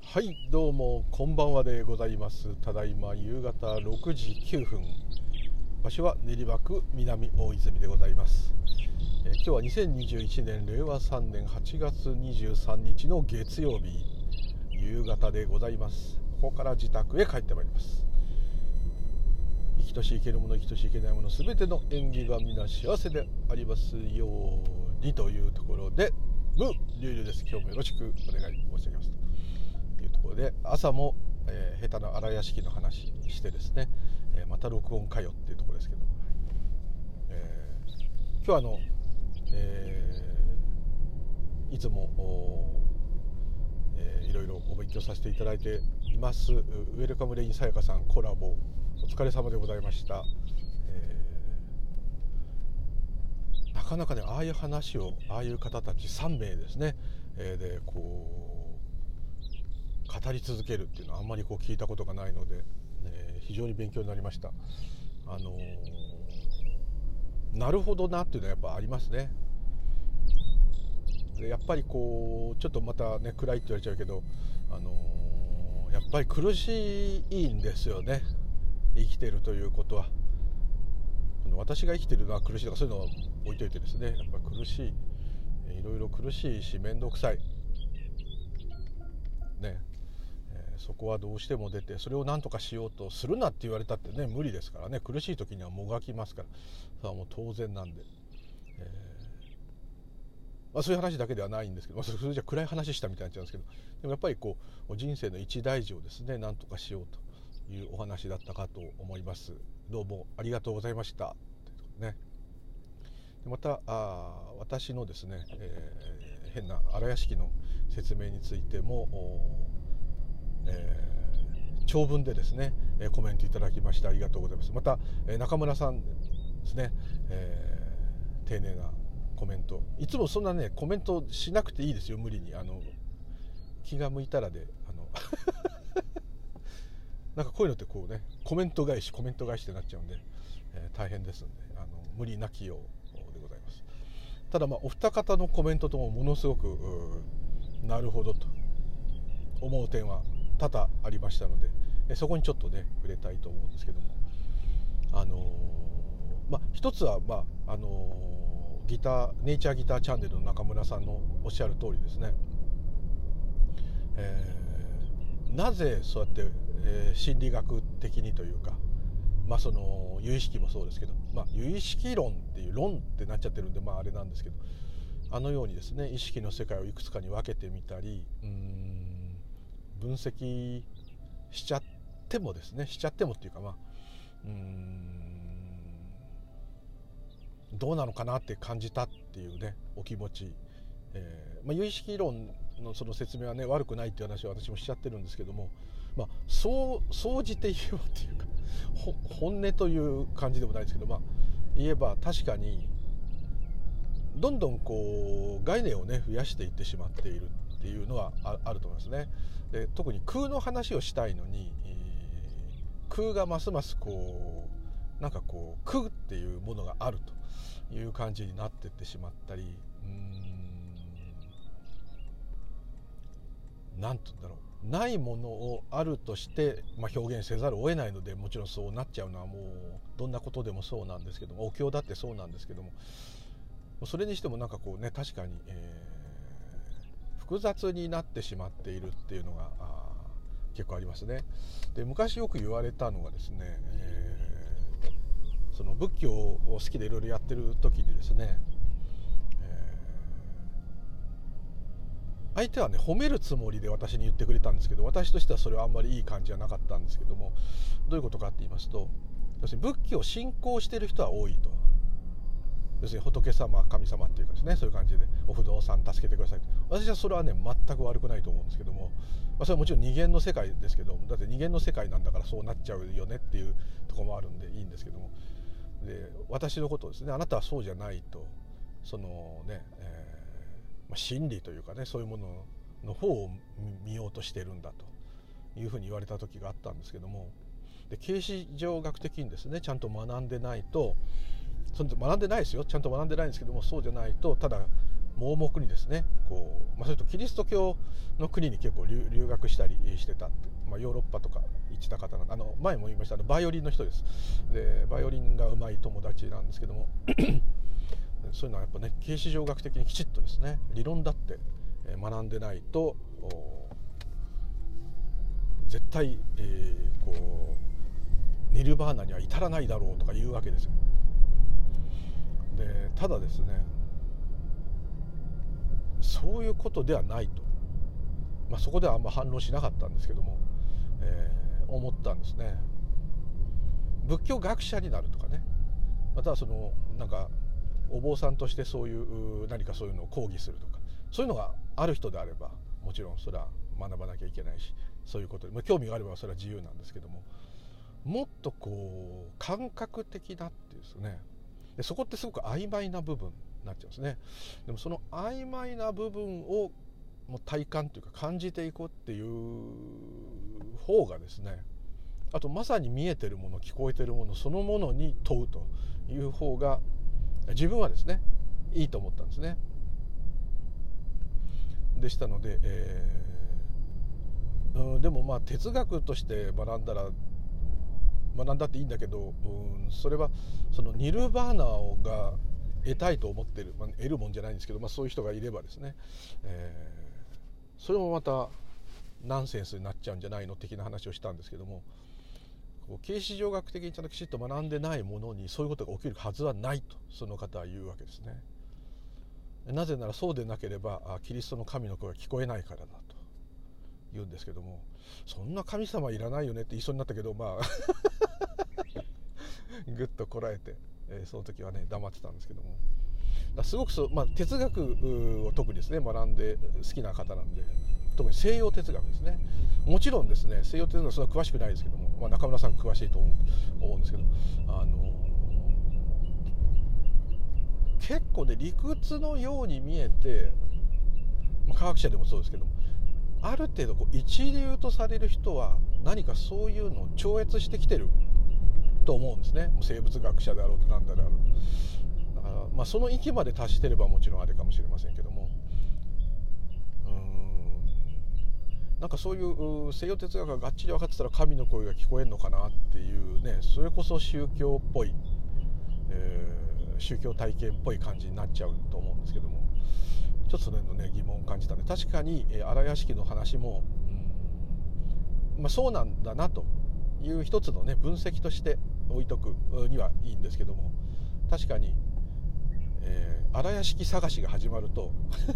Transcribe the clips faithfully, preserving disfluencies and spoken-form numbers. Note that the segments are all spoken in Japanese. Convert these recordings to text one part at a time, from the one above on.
はい、どうもこんばんはでございます。ただいま夕方ろくじきゅうふん、場所は練馬区南大泉でございます。えー、今日はにせんにじゅういちねんれいわさんねんはちがつにじゅうさんにちの月曜日夕方でございます。ここから自宅へ帰ってまいります。生きとし生けるもの、生きとし生けないもの、すべての縁起が皆幸せでありますようにというところで、ムーリュウリュウです。今日もよろしくお願い申し上げますというところで、朝も、えー、下手な荒屋敷の話してですね、えー、また録音かよっていうところですけど、えー、今日はあの、えー、いつも、えー、いろいろお勉強させていただいていますウェルカムレインさやかさんコラボお疲れ様でございました。えー、なかなかね、ああいう話をああいう方たちさんめいですね、えー、でこう語り続けるっていうのはあんまりこう聞いたことがないので、えー、非常に勉強になりました。あのー、なるほどなっていうのはやっぱありますね。でやっぱりこうちょっとまたね暗いって言われちゃうけど、あのー、やっぱり苦しいんですよね、生きてるということは。私が生きてるのは苦しいとかそういうのは置いといてですね、やっぱ苦しい、いろいろ苦しいし面倒くさいね、えー、そこはどうしても出て、それを何とかしようとするなって言われたってね無理ですからね。苦しい時にはもがきますから、それはもう当然なんで、えーまあ、そういう話だけではないんですけど、まあ、それじゃ暗い話したみたいになっちゃうんですけど、でもやっぱりこう人生の一大事をですね何とかしようというお話だったかと思います。どうもありがとうございましたね。でまたあ私のですね、えー、変な荒屋敷の説明についても、えー、長文でですねコメントいただきましてありがとうございます。また中村さんですね、えー、丁寧なコメント、いつもそんなねコメントしなくていいですよ、無理に。あの気が向いたらで、あのなんかこういうのってこうねコメント返しコメント返しってなっちゃうんで、えー、大変ですんで、あの無理なきようでございます。ただまあお二方のコメントともものすごくなるほどと思う点は多々ありましたので、そこにちょっとね触れたいと思うんですけども、あのー、まあ一つはまああのー、ギターネイチャーギターチャンネルの中村さんのおっしゃる通りですね、えー、なぜそうやって、えー、心理学的にというか、まあその有意識もそうですけど、まあ有意識論っていう論ってなっちゃってるんでまああれなんですけど、あのようにですね意識の世界をいくつかに分けてみたり、うーん分析しちゃってもですねしちゃってもっていうか、まあうーんどうなのかなって感じたっていうねお気持ち、えーまあ、有意識論のその説明はね悪くないっていう話を私もしちゃってるんですけども、まあそう総じて言えばっていうか本音という感じでもないですけど、まあ言えば確かにどんどんこう概念をね増やしていってしまっているっていうのは あ, あると思いますね。で特に空の話をしたいのに、えー、空がますますこうなんかこう空っていうものがあるという感じになっていってしまったり、うーんなんて言うんだろう、ないものをあるとして、まあ、表現せざるを得ないので、もちろんそうなっちゃうのはもうどんなことでもそうなんですけども、お経だってそうなんですけども、それにしてもなんかこうね確かに、えー、複雑になってしまっているっていうのが結構ありますね。で昔よく言われたのがですね、えー、その仏教を好きでいろいろやってる時にですね、えー、相手はね褒めるつもりで私に言ってくれたんですけど、私としてはそれはあんまりいい感じじゃなかったんですけども、どういうことかって言いますと、要するに仏教を信仰している人は多いと。要するに仏様神様っていうかですね、そういう感じでお不動産助けてくださいと。私はそれはね全く悪くないと思うんですけども、まあ、それはもちろん二元の世界ですけど、だって二元の世界なんだからそうなっちゃうよねっていうところもあるんでいいんですけども、で私のことをですね、あなたはそうじゃないと、そのね、えーまあ、真理というかねそういうものの方を見ようとしてるんだというふうに言われた時があったんですけども、で形式上学的にですねちゃんと学んでないと、その学んでないですよ、ちゃんと学んでないんですけども、そうじゃないとただ盲目にですねこう、まあ、それとキリスト教の国に結構 留, 留学したりしてたって、まあ、ヨーロッパとか行ってた方なんで、あの前も言いましたあのバイオリンの人です。でバイオリンがうまい友達なんですけどもそういうのはやっぱね形式上学的にきちっとですね理論だって学んでないと絶対、えー、こうニルバーナには至らないだろうとか言うわけですよ。でただですねそういうことではないと、まあ、そこではあんま反論しなかったんですけども、えー、思ったんですね。仏教学者になるとかね、またはそのなんかお坊さんとしてそういう何かそういうのを講義するとかそういうのがある人であればもちろんそれは学ばなきゃいけないし、そういうことで、まあ、興味があればそれは自由なんですけども、もっとこう感覚的なっていうですね、でそこってすごく曖昧な部分になっちゃうんですね。でもその曖昧な部分をもう体感というか感じていこうっていう方がですね、あとまさに見えてるもの聞こえてるものそのものに問うという方が自分はですねいいと思ったんですね。でしたので、えー、うんでもまあ哲学として学んだら学んだっていいんだけど、うん、それはそのニルバーナが得たいと思ってる、まあ、得るもんじゃないんですけど、まあ、そういう人がいればですね、えー、それもまたナンセンスになっちゃうんじゃないの的な話をしたんですけども、形式上学的にちゃんときちっと学んでないものにそういうことが起きるはずはないとその方は言うわけですね。なぜならそうでなければキリストの神の声が聞こえないからだと言うんですけども、そんな神様いらないよねって言いそうになったけど、まあぐっとこらえて、えー、その時はね黙ってたんですけども、だすごくそう、まあ、哲学を特にですね学んで好きな方なんで、特に西洋哲学ですね。もちろんですね西洋哲学はそんな詳しくないですけども、まあ、中村さん詳しいと思うんですけど、あの結構ね理屈のように見えて、まあ、科学者でもそうですけども、ある程度こう一流とされる人は何かそういうのを超越してきてると思うんですね。生物学者であろうと何だであろう。だからまあその域まで達してればもちろんあれかもしれませんけども、うーんなんかそういう西洋哲学ががっちり分かってたら神の声が聞こえるのかなっていうね、それこそ宗教っぽい、えー、宗教体験っぽい感じになっちゃうと思うんですけども、ちょっとそれのね疑問を感じたので、確かに荒屋敷の話も、うんまあ、そうなんだなという一つのね分析として置いとくにはいいんですけども、確かに、えー、荒屋敷探しが始まると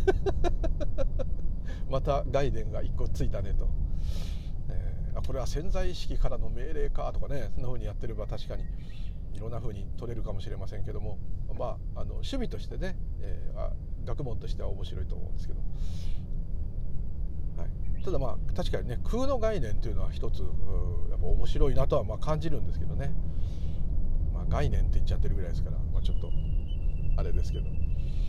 また概念が一個ついたねと、えー、あこれは潜在意識からの命令かとかね、そんな風にやってれば確かにいろんな風に取れるかもしれませんけども、まあ、あの趣味としてね、えー、あ学問としては面白いと思うんですけど、はい、ただまあ確かにね空の概念というのは一つやっぱ面白いなとはまあ感じるんですけどね、まあ、概念って言っちゃってるぐらいですから、まあ、ちょっとあれですけど、はい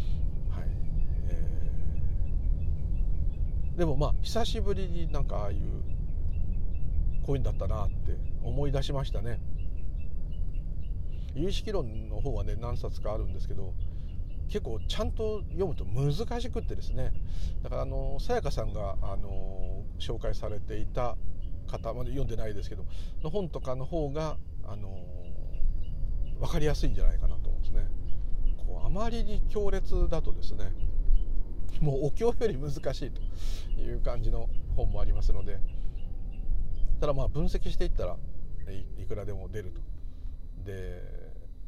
えー、でもまあ久しぶりになんかああいうこういうんだったなって思い出しましたね。有識論の方はね何冊かあるんですけど、結構ちゃんと読むと難しくってですね、だからあのさやかさんがあの紹介されていた方まで読んでないですけどの本とかの方があの分かりやすいんじゃないかなと思うんですね。こうあまりに強烈だとですねもうお経より難しいという感じの本もありますので、ただまあ分析していったら い, いくらでも出ると。で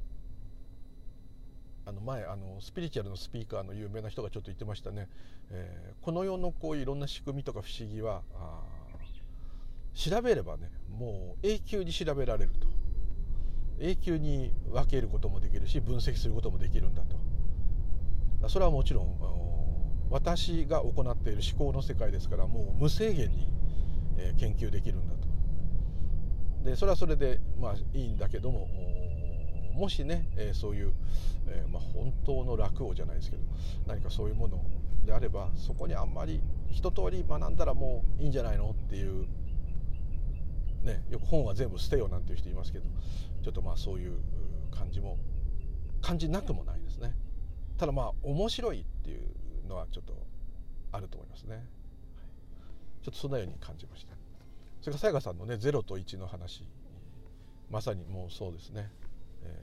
あの前あのスピリチュアルのスピーカーの有名な人がちょっと言ってましたね、えー、この世のこういろんな仕組みとか不思議はあ調べればねもう永久に調べられると、永久に分けることもできるし分析することもできるんだと。それはもちろん私が行っている思考の世界ですから、もう無制限に研究できるんだと。でそれはそれでまあいいんだけども、もしね、えー、そういう、えーまあ、本当の楽王じゃないですけど何かそういうものであれば、そこにあんまり一通り学んだらもういいんじゃないのっていう、ね、よく本は全部捨てよなんていう人いますけど、ちょっとまあそういう感じも感じなくもないですね。ただまあ面白いっていうのはちょっとあると思いますね。ちょっとそんなように感じました。それからさやかさんのねゼロといちの話、まさにもうそうですね、え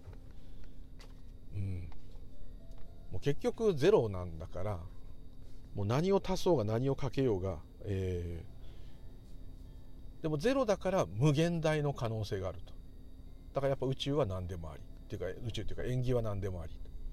ー、うんもう結局ゼロなんだから、もう何を足そうが何をかけようが、えー、でもゼロだから無限大の可能性があると。だからやっぱ宇宙は何でもありっていうか、宇宙っていうか縁起は何でもあり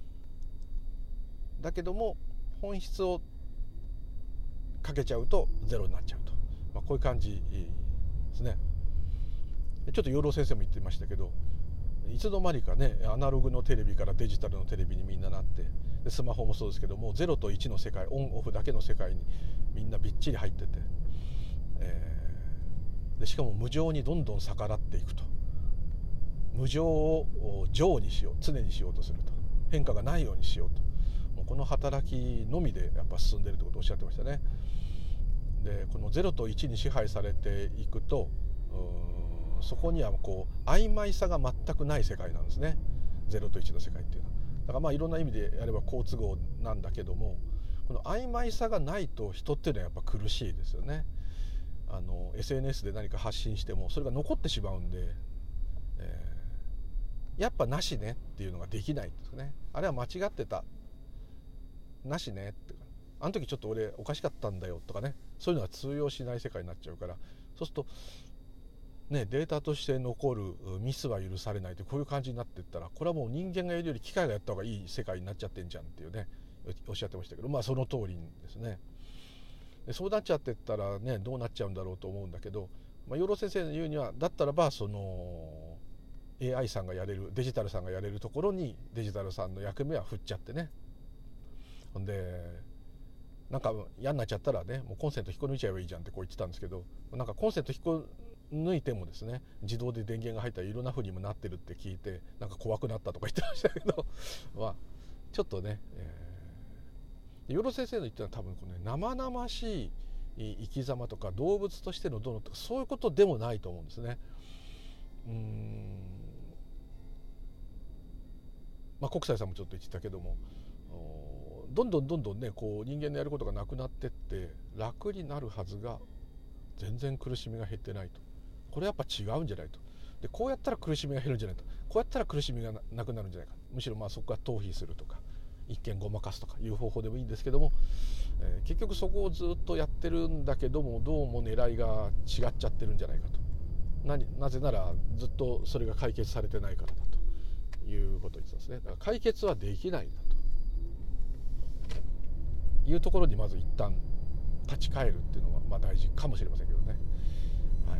だけども、本質をかけちゃうとゼロになっちゃうと、まあ、こういう感じですね。ちょっと養老先生も言ってましたけど、いつの間にかねアナログのテレビからデジタルのテレビにみんななって、でスマホもそうですけどもゼロといちの世界、オンオフだけの世界にみんなびっちり入ってて、えー、でしかも無常にどんどん逆らっていくと。無常を常にしよう、常にしようとすると、変化がないようにしようと、もうこの働きのみでやっぱ進んでいるということをおっしゃってましたね。でこのゼロといちに支配されていくと、うーんそこにはこう曖昧さが全くない世界なんですね、ゼロといちの世界っていうのは。だからまあいろんな意味でやれば好都合なんだけども、この曖昧さがないと人っていうのはやっぱ苦しいですよね。あの エスエヌエス で何か発信してもそれが残ってしまうんで、えー、やっぱなしねっていうのができないんですね。あれは間違ってた、なしねって、あの時ちょっと俺おかしかったんだよとかね、そういうのは通用しない世界になっちゃうから、そうするとね、データとして残るミスは許されないってこういう感じになっていったら、これはもう人間がやるより機械がやった方がいい世界になっちゃってんじゃんっていうねおっしゃってましたけど、まあその通りですね。でそうなっちゃってったらねどうなっちゃうんだろうと思うんだけど、まあ、養老先生の言うにはだったらばその エーアイ さんがやれる、デジタルさんがやれるところにデジタルさんの役目は振っちゃってね、ほんでなんか嫌になっちゃったらねもうコンセント引っこ抜いちゃえばいいじゃんってこう言ってたんですけど、なんかコンセント引っこ抜いてもですね自動で電源が入ったらいろんな風にもなってるって聞いて、なんか怖くなったとか言ってましたけどまあちょっとね、えー、養老先生の言ってるのは多分この、ね、生々しい生き様とか動物としてのどうのとかそういうことでもないと思うんですね。うーんまあ国際さんもちょっと言ってたけども、どんどんどんどんねこう人間のやることがなくなってって楽になるはずが全然苦しみが減ってないと。これやっぱ違うんじゃないと。でこうやったら苦しみが減るんじゃないと、こうやったら苦しみがなくなるんじゃないか、むしろまあそこは逃避するとか一見ごまかすとかいう方法でもいいんですけども、えー、結局そこをずっとやってるんだけどもどうも狙いが違っちゃってるんじゃないかと。な, なぜならずっとそれが解決されてないからだということを言ってますね。だから解決はできないんだというところにまず一旦立ち返るっていうのはまあ大事かもしれませんけどね。はい、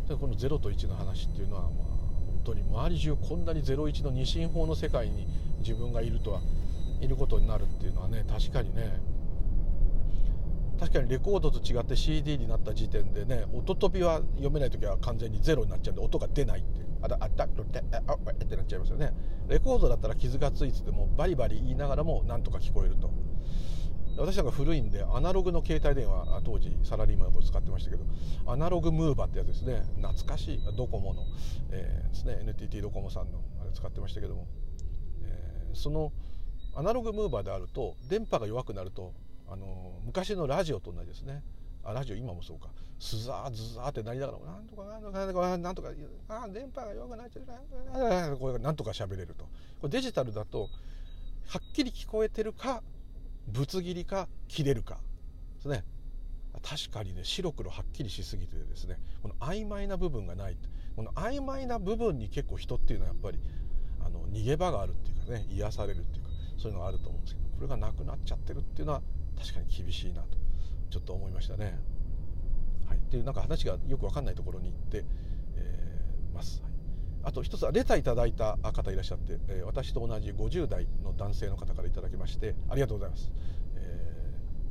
でこのゼロといちの話っていうのはまあ本当に周り中こんなにゼロいちの二進法の世界に自分がいるとはいることになるっていうのはね、確かにね、確かにレコードと違って シーディー になった時点でね、音飛びは読めない時は完全にゼロになっちゃうんで音が出ないってあだあだってあっってなっちゃいますよね。レコードだったら傷がついててもバリバリ言いながらもなんとか聞こえると。私なんか古いんでアナログの携帯電話当時サラリーマンの頃使ってましたけど、アナログムーバーってやつですね、懐かしいドコモの、えー、ですね エヌティーティー ドコモさんのあれ使ってましたけども、えー、そのアナログムーバーであると電波が弱くなるとあの昔のラジオと同じですね。あラジオ今もそうか、スザーズザーってなりながらなんとかなんとかなんとかなんとかあ電波が弱くなっちゃうこれがなんとか喋れると。これデジタルだとはっきり聞こえてるかぶつ切りか切れるかですね。確かにね白黒はっきりしすぎてですね、この曖昧な部分がない、この曖昧な部分に結構人っていうのはやっぱりあの逃げ場があるっていうかね、癒されるっていうかそういうのがあると思うんですけど、これがなくなっちゃってるっていうのは確かに厳しいなとちょっと思いましたね。はい、っていうなんか話がよく分かんないところに行って、えー、ます。はい、あと一つはレターいただいた方いらっしゃって、えー、私と同じごじゅう代の男性の方からいただきましてありがとうございます。え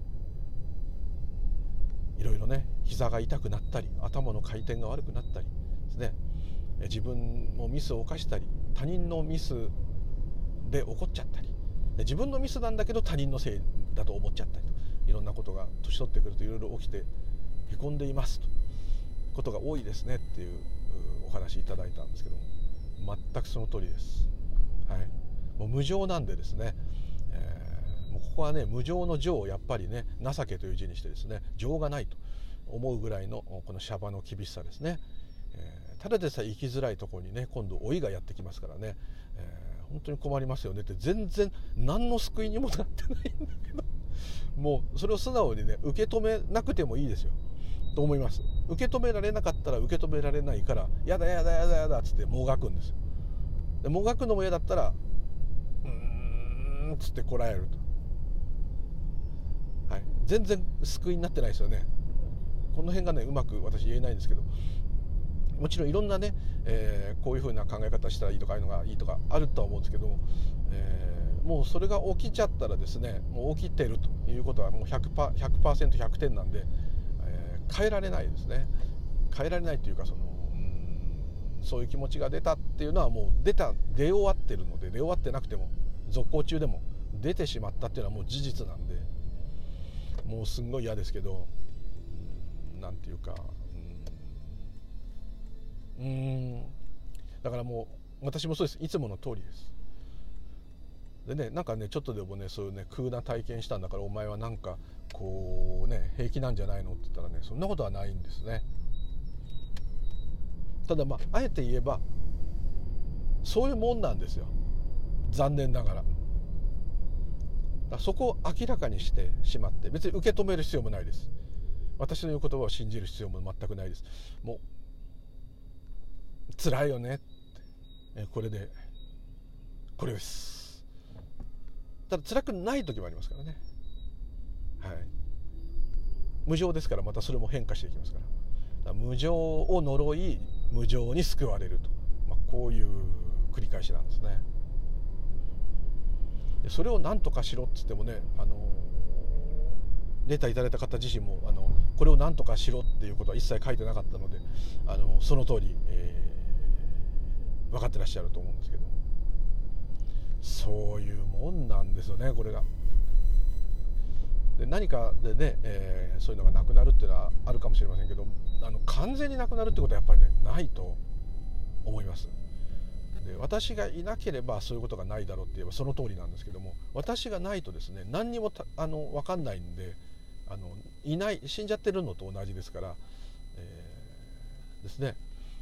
ー、いろいろね膝が痛くなったり頭の回転が悪くなったりですね、自分もミスを犯したり他人のミスで怒っちゃったり、自分のミスなんだけど他人のせいだと思っちゃったりと、いろんなことが年取ってくるといろいろ起きてへこんでいますとことが多いですねっていうお話いただいたんですけども、全くその通りです。はい、もう無常なんでですね、えー、もうここはね無情の情をやっぱりね情けという字にしてですね情がないと思うぐらいのこのシャバの厳しさですね、えー、ただでさえ生きづらいところにね今度老いがやってきますからね、えー、本当に困りますよねって全然何の救いにもなってないんだけどもうそれを素直にね受け止めなくてもいいですよと思います。受け止められなかったら受け止められないからやだやだやだやだっつってもがくんですよ。でもがくのも嫌だったらうーんっつってこらえると、はい、全然救いになってないですよね。この辺がねうまく私言えないんですけど、もちろんいろんなね、えー、こういう風な考え方したらいいとかああいうのがいいとかあるとは思うんですけど、えー、もうそれが起きちゃったらですねもう起きてるということはもう ひゃくパーセントひゃくてんなんで、えー、変えられないですね。変えられないというかそのうんそういう気持ちが出たっていうのはもう出た出終わってるので、出終わってなくても続行中でも出てしまったっていうのはもう事実なんで、もうすんごい嫌ですけど、なんていうかうーんだからもう私もそうです。いつもの通りです。でねなんかねちょっとでもねそういうね空な体験したんだからお前はなんかこうね平気なんじゃないのって言ったらねそんなことはないんですね。ただまああえて言えばそういうもんなんですよ、残念ながら。だからそこを明らかにしてしまって別に受け止める必要もないです。私の言う言葉を信じる必要も全くないです。もう辛いよねって、これでこれです。ただ辛くない時もありますからね、はい、無常ですからまたそれも変化していきますから、だから無常を呪い無常に救われると、まあ、こういう繰り返しなんですね。でそれを何とかしろっつってもね、あのレターいただいた方自身もあのこれを何とかしろっていうことは一切書いてなかったので、あのその通り、えー、分かってらっしゃると思うんですけど、そういうもんなんですよねこれが。で何かでね、えー、そういうのがなくなるっていうのはあるかもしれませんけど、あの完全になくなるってことはやっぱりねないと思います。で私がいなければそういうことがないだろうって言えばその通りなんですけども、私がないとですね何にもたあの分かんないんで、あのいない死んじゃってるのと同じですから、えー、ですね。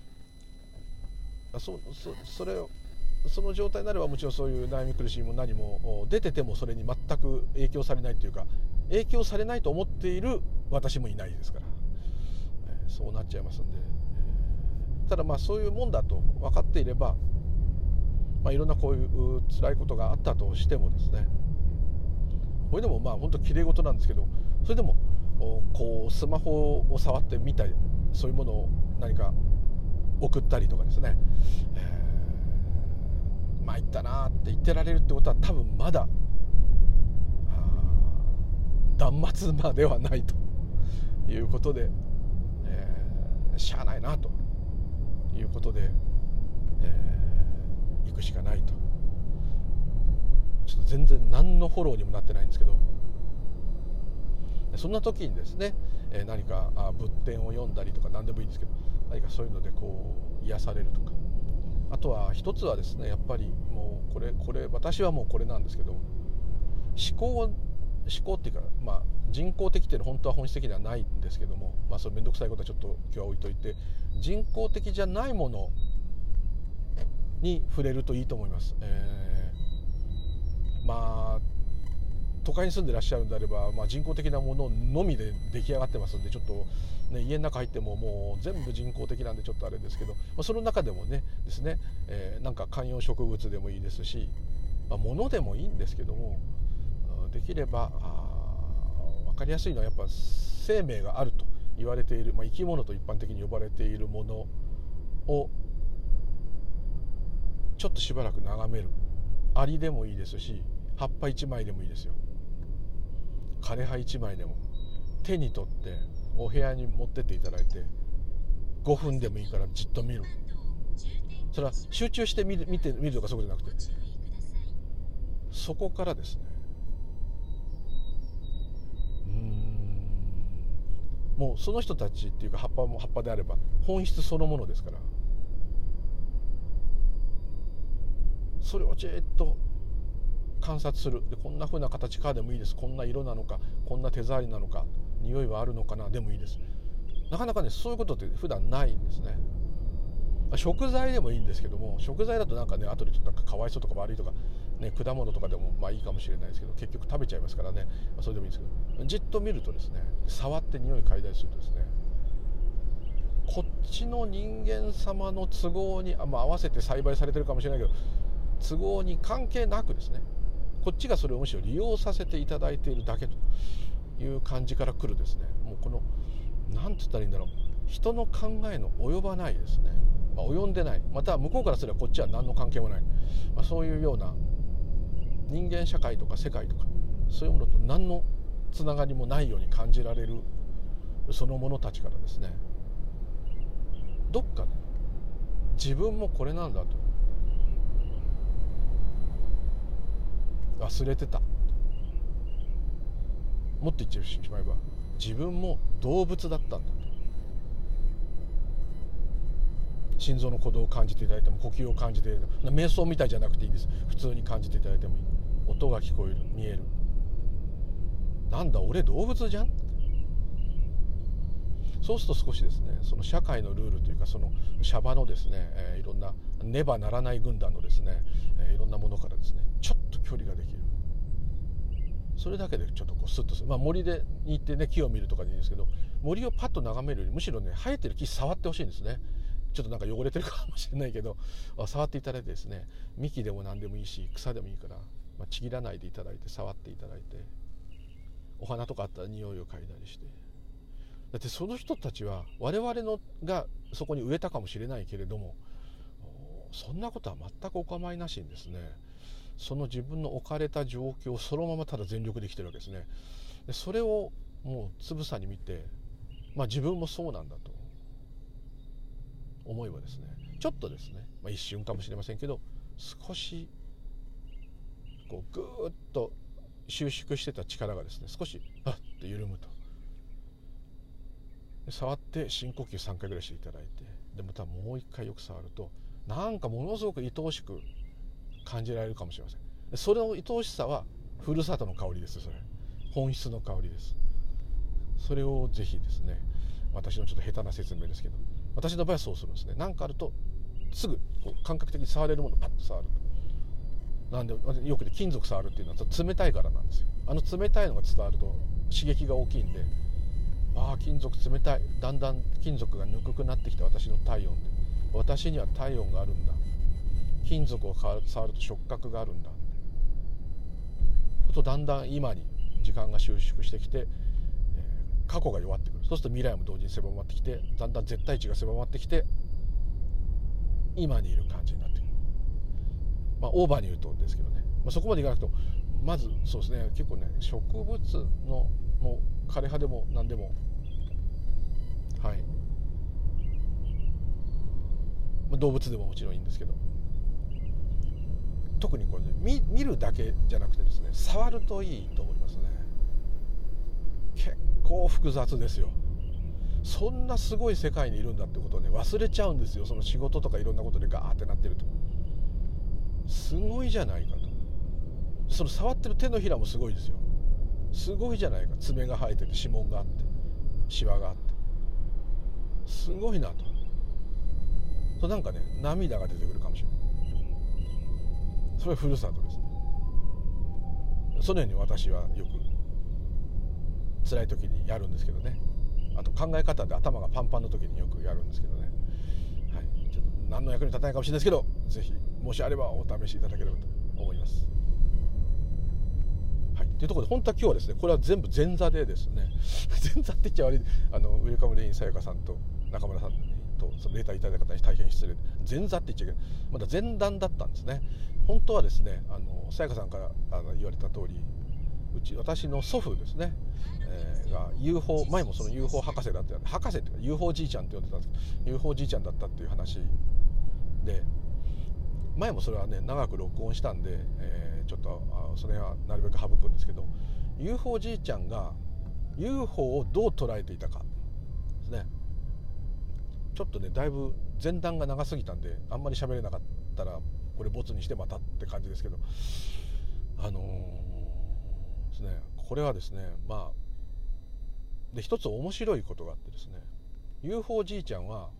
そそそれをその状態になればもちろんそういう悩み苦しみも何も出ててもそれに全く影響されないというか、影響されないと思っている私もいないですから、えー、そうなっちゃいますんで、えー、ただまあそういうもんだと分かっていれば、まあ、いろんなこういう辛いことがあったとしてもですね、これでもまあ本当きれい事なんですけど、それでもこうスマホを触ってみたりそういうものを何か送ったりとかですね、えー、参ったなって言ってられるってことは多分まだ断末魔ではないということで、えー、しゃあないなということで、えー、行くしかないと。ちょっと全然何のフォローにもなってないんですけど、そんな時にですね、えー、何かあ仏典を読んだりとか何でもいいんですけど、何かそういうのでこう癒されるとか、あとは一つはですねやっぱりもうこれこれ私はもうこれなんですけど、思考思考っていうか、まあ、人工的っていうのは本当は本質的ではないんですけども、まあ、それ面倒くさいことはちょっと今日は置いといて、人工的じゃないものに触れるといいと思います。えー、まあ都会に住んでらっしゃるんであれば、まあ、人工的なもののみで出来上がってますんで、ちょっと、ね、家の中入ってももう全部人工的なんでちょっとあれですけど、まあ、その中でもねですね、えー、なんか観葉植物でもいいですし、まあ、物でもいいんですけども、できれば分かりやすいのはやっぱ生命があると言われている、まあ、生き物と一般的に呼ばれているものをちょっとしばらく眺める。アリでもいいですし、葉っぱいちまいでもいいですよ。枯葉いちまいでも手に取ってお部屋に持ってっていただいてごふんでもいいからじっと見る。それは集中して見る、見て見るとかそういうことじゃなくて、そこからですね、うーんもうその人たちっていうか葉っぱも葉っぱであれば本質そのものですから、それをじっと観察する。でこんな風な形かでもいいです。こんな色なのか、こんな手触りなのか、匂いはあるのかなでもいいです。なかなかねそういうことって普段ないんですね。食材でもいいんですけども、食材だとなんかね後でちょっとなんかかわいそうとか悪いとか、ね、果物とかでもまあいいかもしれないですけど、結局食べちゃいますからね、まあ、それでもいいんですけど、じっと見るとですね、触って匂い嗅いだりするとですね、こっちの人間様の都合に、あ、まあ、合わせて栽培されてるかもしれないけど都合に関係なくですね、こっちがそれをむしろ利用させていただいているだけという感じから来るですね、もうこの何て言ったらいいんだろう、人の考えの及ばないですね、まあ、及んでない、また向こうからすればこっちは何の関係もない、まあ、そういうような人間社会とか世界とかそういうものと何のつながりもないように感じられるそのものたちからですね、どっかで自分もこれなんだと忘れてた、もっと言ってしまえば自分も動物だったんだと、心臓の鼓動を感じていただいても、呼吸を感じていただいても、瞑想みたいじゃなくていいんです。普通に感じていただいてもいい。音が聞こえる、見える、なんだ俺動物じゃん。そうすると少しですね、その社会のルールというか、そのシャバのですね、えー、いろんなねばならない軍団のですね、えー、いろんなものからですねちょっと距離ができる。それだけでちょっとこうスッとする、まあ、森でに行ってね木を見るとかでいいんですけど、森をパッと眺めるよりむしろね生えてる木触ってほしいんですね。ちょっとなんか汚れてるかもしれないけど触っていただいてですね、幹でも何でもいいし草でもいいから、まあ、ちぎらないでいただいて触っていただいて、お花とかあったら匂いを嗅いだりして、だってその人たちは我々のがそこに植えたかもしれないけれども、そんなことは全くお構いなしにですね、その自分の置かれた状況をそのままただ全力で生きてるわけですね。でそれをもうつぶさに見て、まあ自分もそうなんだと思えばですね、ちょっとですね、まあ、一瞬かもしれませんけど少しこうぐーっと収縮してた力がですね少しあっと緩むと。触って深呼吸さんかいぐらいしていただいて、でまたもう一回よく触るとなんかものすごく愛おしく感じられるかもしれません。それの愛おしさはふるさとの香りです。それ本質の香りです。それをぜひですね、私のちょっと下手な説明ですけど、私の場合はそうするんですね。何かあるとすぐこう感覚的に触れるものをパッと触る。なんでよく金属触るっていうのは冷たいからなんですよ。あの冷たいのが伝わると刺激が大きいんで、ああ金属冷たい、だんだん金属がぬくくなってきて、私の体温で私には体温があるんだ、金属を触ると触覚があるんだと、だんだん今に時間が収縮してきて、えー、過去が弱ってくる。そうすると未来も同時に狭まってきて、だんだん絶対値が狭まってきて今にいる感じになってくる。まあオーバーに言うとですけどね、まあ、そこまでいかなくてもまずそうですね、結構ね植物のもう枯れ葉でも何でも、はい、まあ、動物でももちろんいいんですけど、特にこれね 見, 見るだけじゃなくてですね、触るといいと思いますね。結構複雑ですよ。そんなすごい世界にいるんだってことをね忘れちゃうんですよ。その仕事とかいろんなことでガーってなってると、すごいじゃないかと。その触ってる手のひらもすごいですよ。すごいじゃないか、爪が生えてて指紋があってシワがあってすごいなと。となんかね涙が出てくるかもしれない。それはふるさとですね。そのように私はよく辛い時にやるんですけどね。あと考え方で頭がパンパンの時によくやるんですけどね。はい、ちょっと何の役に立たないかもしれないですけど、ぜひもしあればお試しいただければと思います。はい、というところで本当は今日はですね、これは全部前座でですね前座って言っちゃ悪い、あのウェルカムレインさやかさんと中村さんとそのレターいただいた方に大変失礼、前座って言っちゃいけない、まだ前段だったんですね。本当はですね、あのさやかさんからあの言われた通り、うち私の祖父ですね、えー、が ユーフォー 前もその ユーフォー 博士だって、博士っていうか ユーフォー じいちゃんって呼んでたんですけど ユーフォー じいちゃんだったっていう話で、前もそれはね長く録音したんで、えー、ちょっとあそれはなるべく省くんですけど、 ユーフォー じいちゃんが ユーフォー をどう捉えていたかですね。ちょっとねだいぶ前段が長すぎたんであんまり喋れなかったらこれボツにしてまたって感じですけど、 あのー、ですねこれはですねまあで一つ面白いことがあってですね ユーフォー じいちゃんは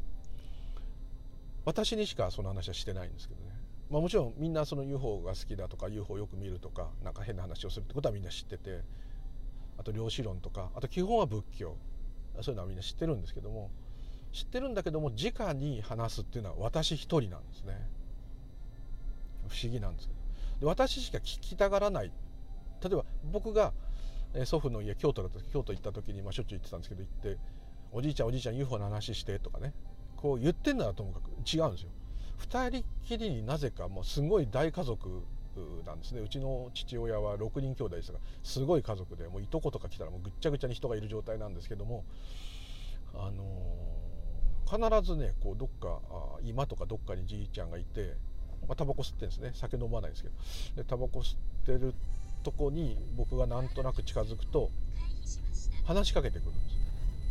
私にしかその話はしてないんですけどね、まあ、もちろんみんなその ユーフォー が好きだとか ユーフォー よく見るとかなんか変な話をするってことはみんな知ってて、あと量子論とかあと基本は仏教、そういうのはみんな知ってるんですけども知ってるんだけども直に話すっていうのは私一人なんですね。不思議なんですけど、で私しか聞きたがらない。例えば僕が祖父の家京都だった時京都行った時に、まあ、しょっちゅう行ってたんですけど行っておじいちゃんおじいちゃん ユーフォー の話してとかねこう言ってんならともかく違うんですよ。二人きりになぜかもうすごい大家族なんですね。うちの父親はろくにん兄弟ですがすごい家族でもういとことか来たらもうぐっちゃぐちゃに人がいる状態なんですけども、あのー、必ずねこうどっか今とかどっかにじいちゃんがいて、まあ、タバコ吸ってるんですね。酒飲まないですけどでタバコ吸ってるとこに僕がなんとなく近づくと話しかけてくるんです。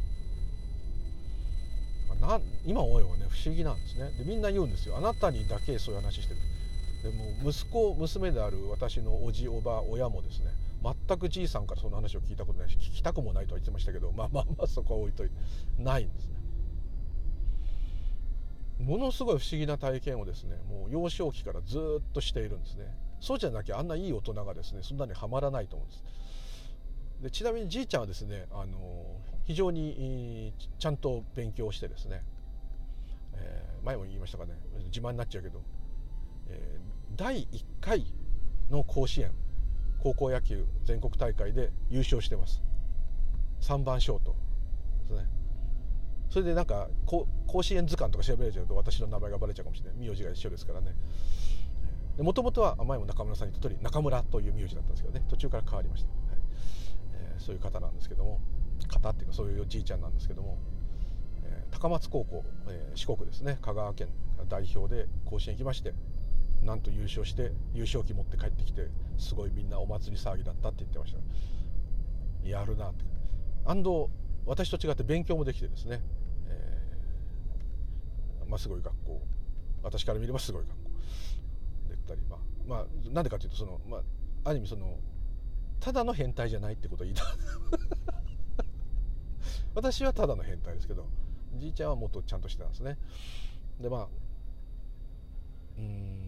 な今思えばね不思議なんですね。でみんな言うんですよ、あなたにだけそういう話してる。でも息子娘である私のおじおば親もですね全くじいさんからその話を聞いたことないし聞きたくもないとは言ってましたけど、まあまあまあそこは置いといてないんですね。ものすごい不思議な体験をですねもう幼少期からずっとしているんですね。そうじゃなきゃあんないい大人がですねそんなにはまらないと思うんです。でちなみにじいちゃんはですねあの非常にちゃんと勉強してですね、えー、前も言いましたかね自慢になっちゃうけど、えー、だいいっかいの甲子園高校野球全国大会で優勝してます。さんばんショートですね。それでなんか甲子園図鑑とか調べられちゃうと私の名前がバレちゃうかもしれない。名字が一緒ですからね。もともとは前も中村さんに言った通り中村という名字だったんですけどね途中から変わりました、はいえー、そういう方なんですけども方っていうかそういうじいちゃんなんですけども、えー、高松高校、えー、四国ですね香川県代表で甲子園行きましてなんと優勝して優勝旗持って帰ってきてすごいみんなお祭り騒ぎだったって言ってました。やるなって。アンド私と違って勉強もできてですね、えー、まあすごい学校私から見ればすごい学校でったり、まあ、まあなんでかというとその、まあ、ある意味そのただの変態じゃないってことを言いた私はただの変態ですけどじいちゃんはもっとちゃんとしてたんですね。でまあうーん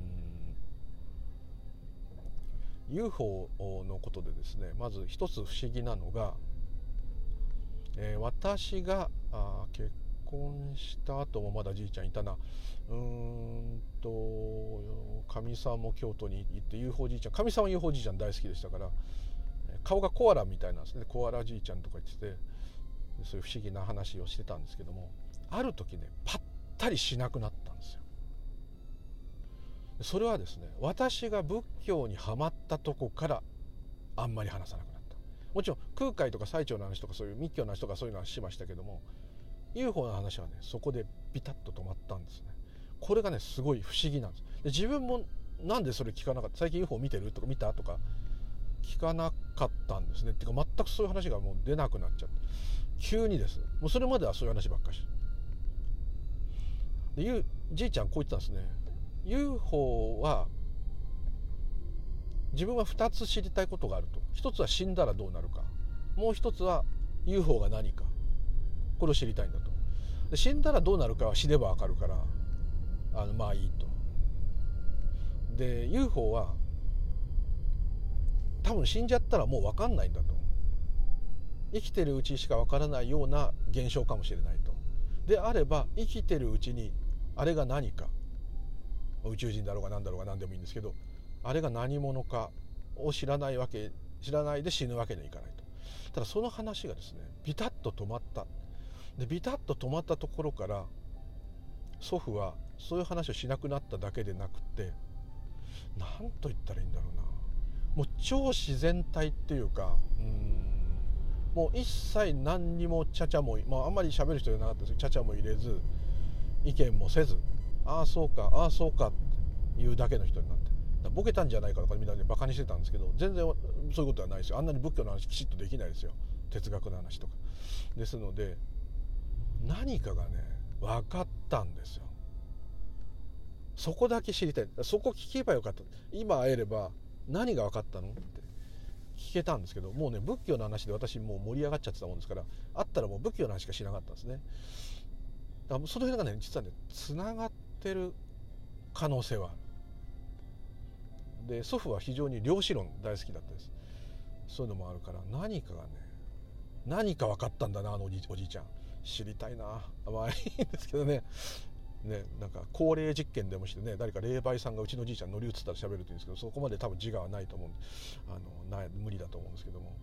ユーフォー のことでですねまず一つ不思議なのが、えー、私があ結婚した後もまだじいちゃんいたな。うーんとかみさんも京都に行って ユーフォー じいちゃんかみさんは ユーフォー じいちゃん大好きでしたから顔がコアラみたいなんですね。コアラじいちゃんとか言っててそういう不思議な話をしてたんですけどもある時ねパッタリしなくなったんですよ。それはですね私が仏教にはまったとこからあんまり話さなくなった。もちろん空海とか最澄の話とかそういう密教の話とかそういうのはしましたけども ユーフォー の話はねそこでビタッと止まったんですね。これがねすごい不思議なんです。で自分もなんでそれ聞かなかった最近 ユーフォー 見てるとか見たとか聞かなかったんですね。っていうか全くそういう話がもう出なくなっちゃって急にです。もうそれまではそういう話ばっかしでゆじいちゃんこう言ってたんですね。 ユーフォー は自分はふたつ知りたいことがあると。ひとつは死んだらどうなるか、もうひとつは ユーフォー が何かこれを知りたいんだと。で死んだらどうなるかは死ねばわかるからあのまあいいと。で ユーフォー は多分死んじゃったらもう分かんないんだと。生きてるうちしか分からないような現象かもしれないと。であれば生きてるうちにあれが何か宇宙人だろうが何だろうが何でもいいんですけどあれが何者かを知らないわけ知らないで死ぬわけにはいかないと。ただその話がですねビタッと止まった。でビタッと止まったところから祖父はそういう話をしなくなっただけでなくて何と言ったらいいんだろうなもう超自然体っていうかうーんもう一切何にもちゃちゃも、まあ、あんまり喋る人じゃなかったですけどちゃちゃも入れず意見もせずああそうかああそうかっていうだけの人になってボケたんじゃないかとかみんなでバカにしてたんですけど全然そういうことはないですよ。あんなに仏教の話きちっとできないですよ哲学の話とかですので何かがね分かったんですよ。そこだけ知りたい。そこ聞けばよかった。今会えれば何が分かったのって聞けたんですけど、もうね仏教の話で私もう盛り上がっちゃってたもんですから、あったらもう仏教の話しかしなかったんですね。だからその辺がね実はねつながってる可能性はある。で祖父は非常に量子論大好きだったです。そういうのもあるから、何かがね何か分かったんだなあのおじおじいちゃん、知りたいな。まあいいんですけどね。ね、なんか高齢実験でもしてね、誰か霊媒さんがうちのじいちゃん乗り移ったら喋るというんですけど、そこまで多分自我はないと思うんで、あのない無理だと思うんですけども、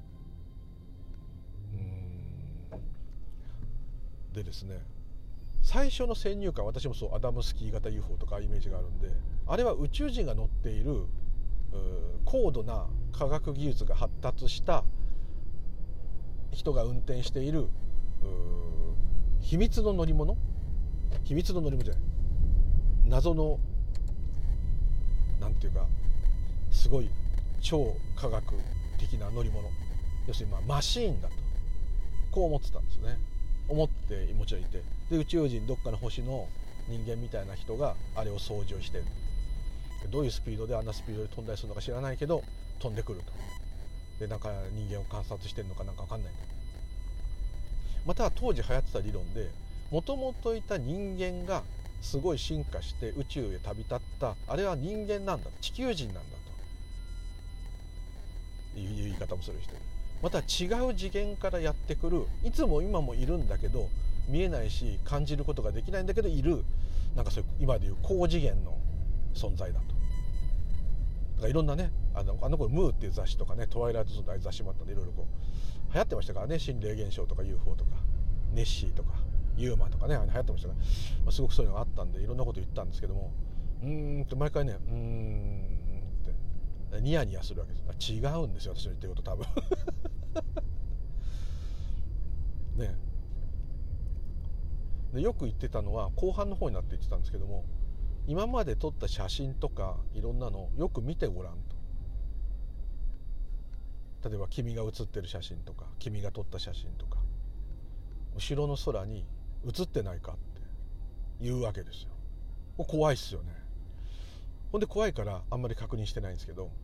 うーんでですね、最初の先入観、私もそうアダムスキー型 ユーフォー とかイメージがあるんで、あれは宇宙人が乗っている高度な科学技術が発達した人が運転している秘密の乗り物秘密の乗り物じゃない謎のなんていうかすごい超科学的な乗り物、要するにまあマシーンだとこう思ってたんですね。思ってもちろんいて、で宇宙人どっかの星の人間みたいな人があれを操縦して、どういうスピードであんなスピードで飛んだりするのか知らないけど飛んでくると。でなんか人間を観察してるのかなんか分かんないと。または当時流行ってた理論で、もともといた人間がすごい進化して宇宙へ旅立った、あれは人間なんだ、地球人なんだという言い方もする人いる。また違う次元からやってくる、いつも今もいるんだけど見えないし感じることができないんだけどいる、なんかそういう今でいう高次元の存在だと。だからいろんなね、あのあの頃ムーっていう雑誌とかね、トワイライトゾーンという雑誌もあったんで、いろいろこう流行ってましたからね。心霊現象とか ユーフォー とかネッシーとかユーマとかね流行ってましたから、まあ、すごくそういうのがあったんでいろんなこと言ったんですけども、うーんって毎回ねうーんってニヤニヤするわけです。違うんですよ私の言ってること多分ね。でよく言ってたのは後半の方になって言ってたんですけども、今まで撮った写真とかいろんなのよく見てごらんと。例えば君が写ってる写真とか君が撮った写真とか後ろの空に写ってないかって言うわけですよ。怖いっすよね。ほんで怖いからあんまり確認してないんですけど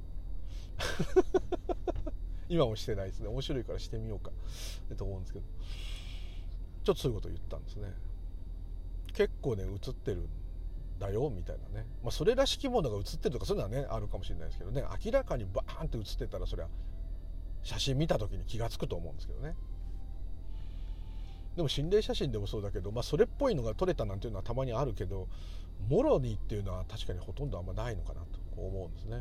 今もしてないですね。面白いからしてみようかと思うんですけど、ちょっとそういうことを言ったんですね。結構ね写ってるんだよみたいなね、まあ、それらしきものが写ってるとかそういうのはねあるかもしれないですけどね、明らかにバーンって写ってたらそれは写真見た時に気がつくと思うんですけどね。でも心霊写真でもそうだけど、まあ、それっぽいのが撮れたなんていうのはたまにあるけど、もろにっていうのは確かにほとんどあんまないのかなと思うんですね。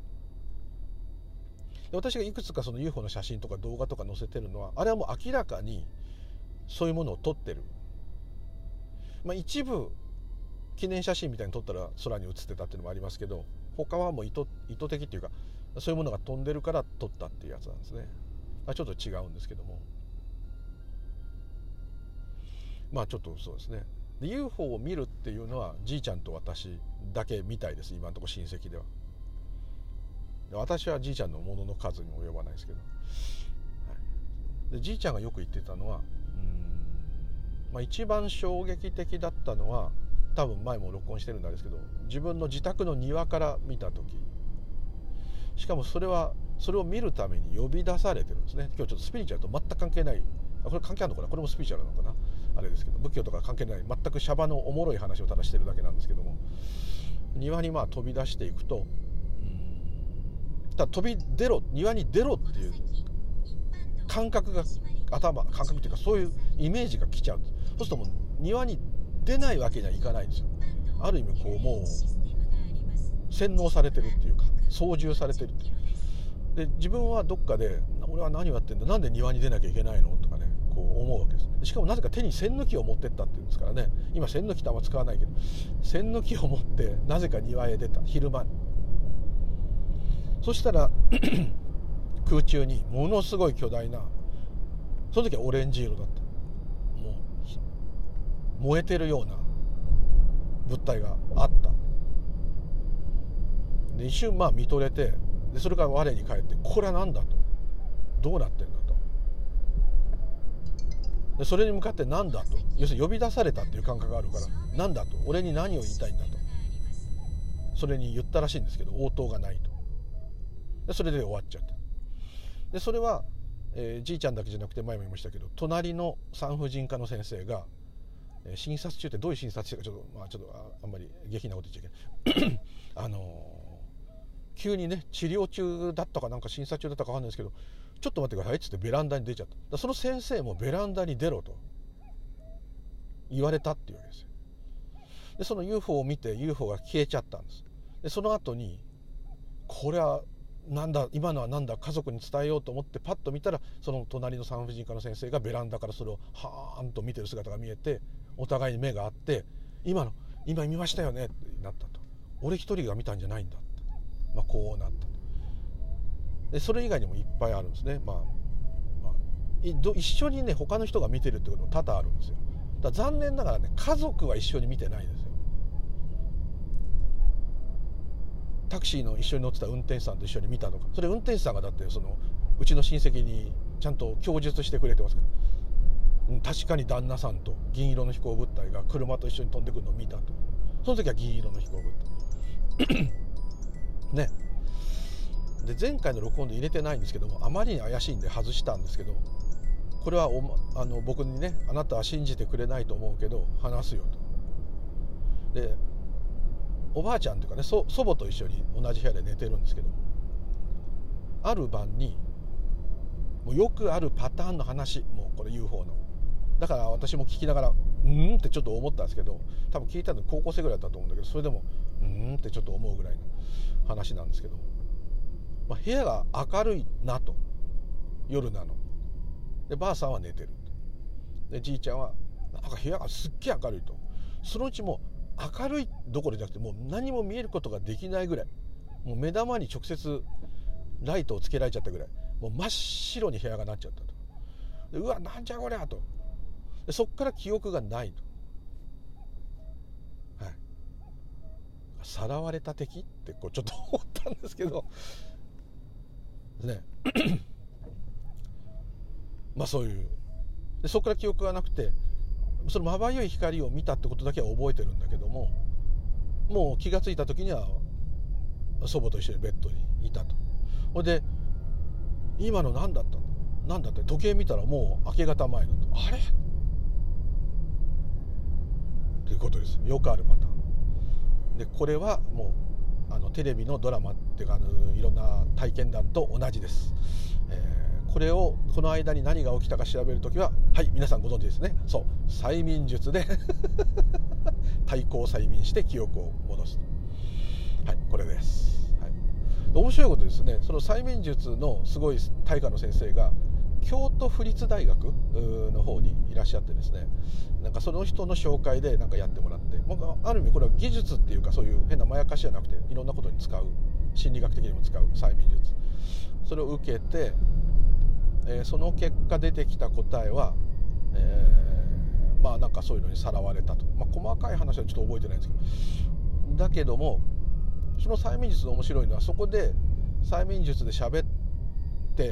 で私がいくつかその ユーフォー の写真とか動画とか載せてるのは、あれはもう明らかにそういうものを撮ってる。まあ、一部記念写真みたいに撮ったら空に写ってたっていうのもありますけど、他はもう意図、意図的っていうかそういうものが飛んでるから撮ったっていうやつなんですね。ちょっと違うんですけども、まあちょっとそうですね。で ユーフォー を見るっていうのはじいちゃんと私だけみたいです、今のところ親戚では。私はじいちゃんのものの数にも及ばないですけど、はい、でじいちゃんがよく言ってたのは、うーん、まあ、一番衝撃的だったのは、多分前も録音してるんですけど、自分の自宅の庭から見た時、しかもそれはそれを見るために呼び出されてるんですね。今日ちょっとスピリチュアルと全く関係ない、あこれ関係あるのかな、これもスピリチュアルなのかな、あれですけど、仏教とか関係ない全くシャバのおもろい話をただしてるだけなんですけども、庭にまあ飛び出していくと、ただ飛び出ろ、庭に出ろっていう感覚が頭感覚っていうかそういうイメージが来ちゃうんです。そうするともう庭に出ないわけにはいかないんですよ。ある意味こうもう洗脳されてるっていうか操縦されてるっていう。で自分はどっかで俺は何をやってんだ、なんで庭に出なきゃいけないのとかねこう思うわけです。しかもなぜか手に栓抜きを持ってったっていうんですからね。今栓抜きってあんま使わないけど栓抜きを持ってなぜか庭へ出た、昼間に。そしたら空中にものすごい巨大な、その時はオレンジ色だった、もう燃えてるような物体があった。で一瞬まあ見とれて、でそれから我に返って、これは何だと、どうなってんだと。でそれに向かって何だと、要するに呼び出されたっていう感覚があるから、何だと、俺に何を言いたいんだと、それに言ったらしいんですけど応答がないと。 でそれで終わっちゃった。でそれは、えー、じいちゃんだけじゃなくて前も言いましたけど、隣の産婦人科の先生が、えー、診察中ってどういう診察してるかちょっと、まあ、ちょっと あ, あんまり下品なこと言っちゃいけないあのー、急にね治療中だったかなんか診察中だったか分かんないですけど、ちょっと待ってくださいっつってベランダに出ちゃった。だその先生もベランダに出ろと言われたっていうわけですよ。でその ユーフォー を見て ユーフォー が消えちゃったんです。でその後にこれはなんだ今のはなんだ家族に伝えようと思ってパッと見たら、その隣の産婦人科の先生がベランダからそれをはーんと見てる姿が見えて、お互いに目があって、今の今見ましたよねってなったと。俺一人が見たんじゃないんだって、まあ、こうなったと。でそれ以外にもいっぱいあるんですね。まあ、まあ、一緒にね他の人が見てるってことも多々あるんですよ。だから残念ながらね家族は一緒に見てないんですよ。タクシーの一緒に乗ってた運転手さんと一緒に見たとか、それ運転手さんがだってそのうちの親戚にちゃんと供述してくれてますから、うん、確かに旦那さんと銀色の飛行物体が車と一緒に飛んでくるのを見たと。その時は銀色の飛行物体ね。で前回の録音で入れてないんですけども、あまりに怪しいんで外したんですけど、これはおあの僕にね、あなたは信じてくれないと思うけど話すよと。でおばあちゃんというかね、祖母と一緒に同じ部屋で寝てるんですけど、ある晩にもうよくあるパターンの話、もうこれ ユーフォー のだから私も聞きながらうんってちょっと思ったんですけど、多分聞いたの高校生ぐらいだったと思うんだけど、それでもうんってちょっと思うぐらいの話なんですけど、まあ、部屋が明るいなと、夜なので、ばあさんは寝てるで、じいちゃんはなんか部屋がすっげえ明るいと。そのうちも明るいどころじゃなくて、もう何も見えることができないぐらい、もう目玉に直接ライトをつけられちゃったぐらい、もう真っ白に部屋がなっちゃったと。でうわなんじゃこりゃと。でそっから記憶がないと、はい、さらわれた敵ってこうちょっと思ったんですけどねまあそういうで、そこから記憶がなくて、そのまばゆい光を見たってことだけは覚えてるんだけども、もう気がついた時には祖母と一緒にベッドにいたと。ほいで今の何だったんだ何だって時計見たらもう明け方前だと。あれということです。よくあるパターンで、これはもうあのテレビのドラマっていうか、あのいろんな体験談と同じです。えーこれをこの間に何が起きたか調べるときは、はい皆さんご存知ですね。そう催眠術で対抗催眠して記憶を戻す。はいこれです、はい、面白いことですね。その催眠術のすごい大家の先生が京都府立大学の方にいらっしゃってですね、なんかその人の紹介でなんかやってもらって、ある意味これは技術っていうか、そういう変なまやかしじゃなくていろんなことに使う、心理学的にも使う催眠術、それを受けて、えー、その結果出てきた答えは、えー、まあなんかそういうのにさらわれたと、まあ、細かい話はちょっと覚えてないんですけど、だけどもその催眠術の面白いのは、そこで催眠術で喋って、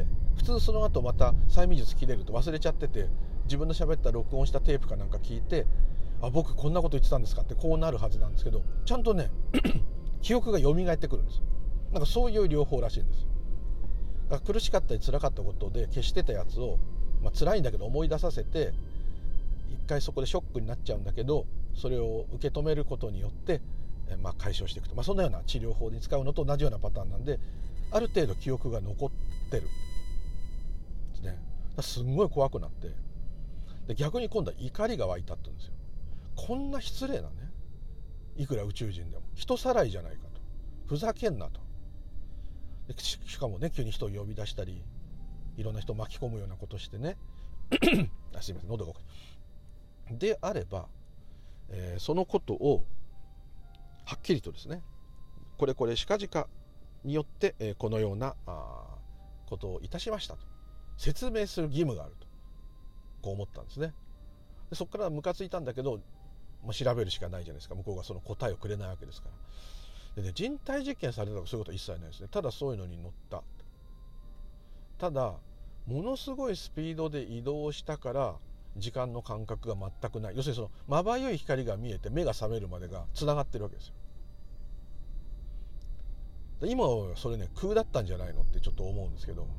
普通その後また催眠術切れると忘れちゃってて、自分の喋った録音したテープかなんか聞いて、あ僕こんなこと言ってたんですかってこうなるはずなんですけど、ちゃんとね記憶が蘇ってくるんです。なんかそういう療法らしいんです。だから苦しかったり辛かったことで消してたやつを、まあ、辛いんだけど思い出させて、一回そこでショックになっちゃうんだけど、それを受け止めることによって、えまあ、解消していくと、まあ、そんなような治療法に使うのと同じようなパターンなんで、ある程度記憶が残ってるんですね。だすんごい怖くなって、で逆に今度は怒りが湧いたって言うんですよ。こんな失礼なね、いくら宇宙人でも人さらいじゃないかと、ふざけんなと。し, しかもね急に人を呼び出したり、いろんな人を巻き込むようなことしてねあすいません喉がであれば、えー、そのことをはっきりとですね、これこれしかじかによって、えー、このようなあことをいたしましたと説明する義務があると、こう思ったんですね。でそこからムカついたんだけど、もう調べるしかないじゃないですか。向こうがその答えをくれないわけですから。でね、人体実験されたとかそういうことは一切ないですね。ただそういうのに乗った。ただものすごいスピードで移動したから時間の感覚が全くない。要するにそのまばゆい光が見えて目が覚めるまでがつながってるわけですよ。 今はそれね空だったんじゃないのってちょっと思うんですけど、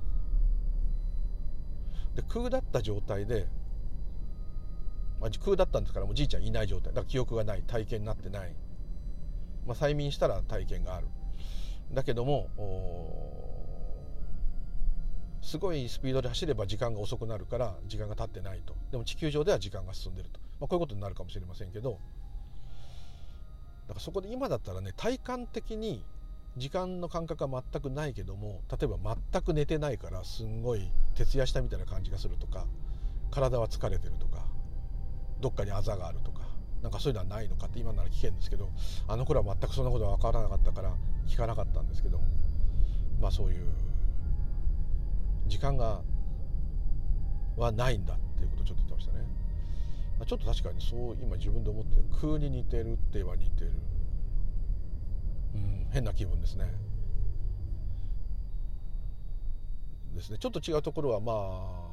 で空だった状態で、まあ、空だったんですからもうじいちゃんいない状態だから記憶がない、体験になってない、まあ、催眠したら体験がある。だけどもすごいスピードで走れば時間が遅くなるから時間が経ってないと。でも地球上では時間が進んでると、まあ、こういうことになるかもしれませんけど、だからそこで今だったらね体感的に時間の感覚は全くないけども、例えば全く寝てないからすんごい徹夜したみたいな感じがするとか、体は疲れてるとか、どっかにあざがあるとか、なんかそういうのはないのかって今なら聞けるんですけど、あの頃は全くそんなことは分からなかったから聞かなかったんですけど、まあそういう時間がはないんだっていうことをちょっと言ってましたね。ちょっと確かにそう今自分で思って空に似てるって言えば似てる、うん、変な気分ですね。ですね。ちょっと違うところはまあ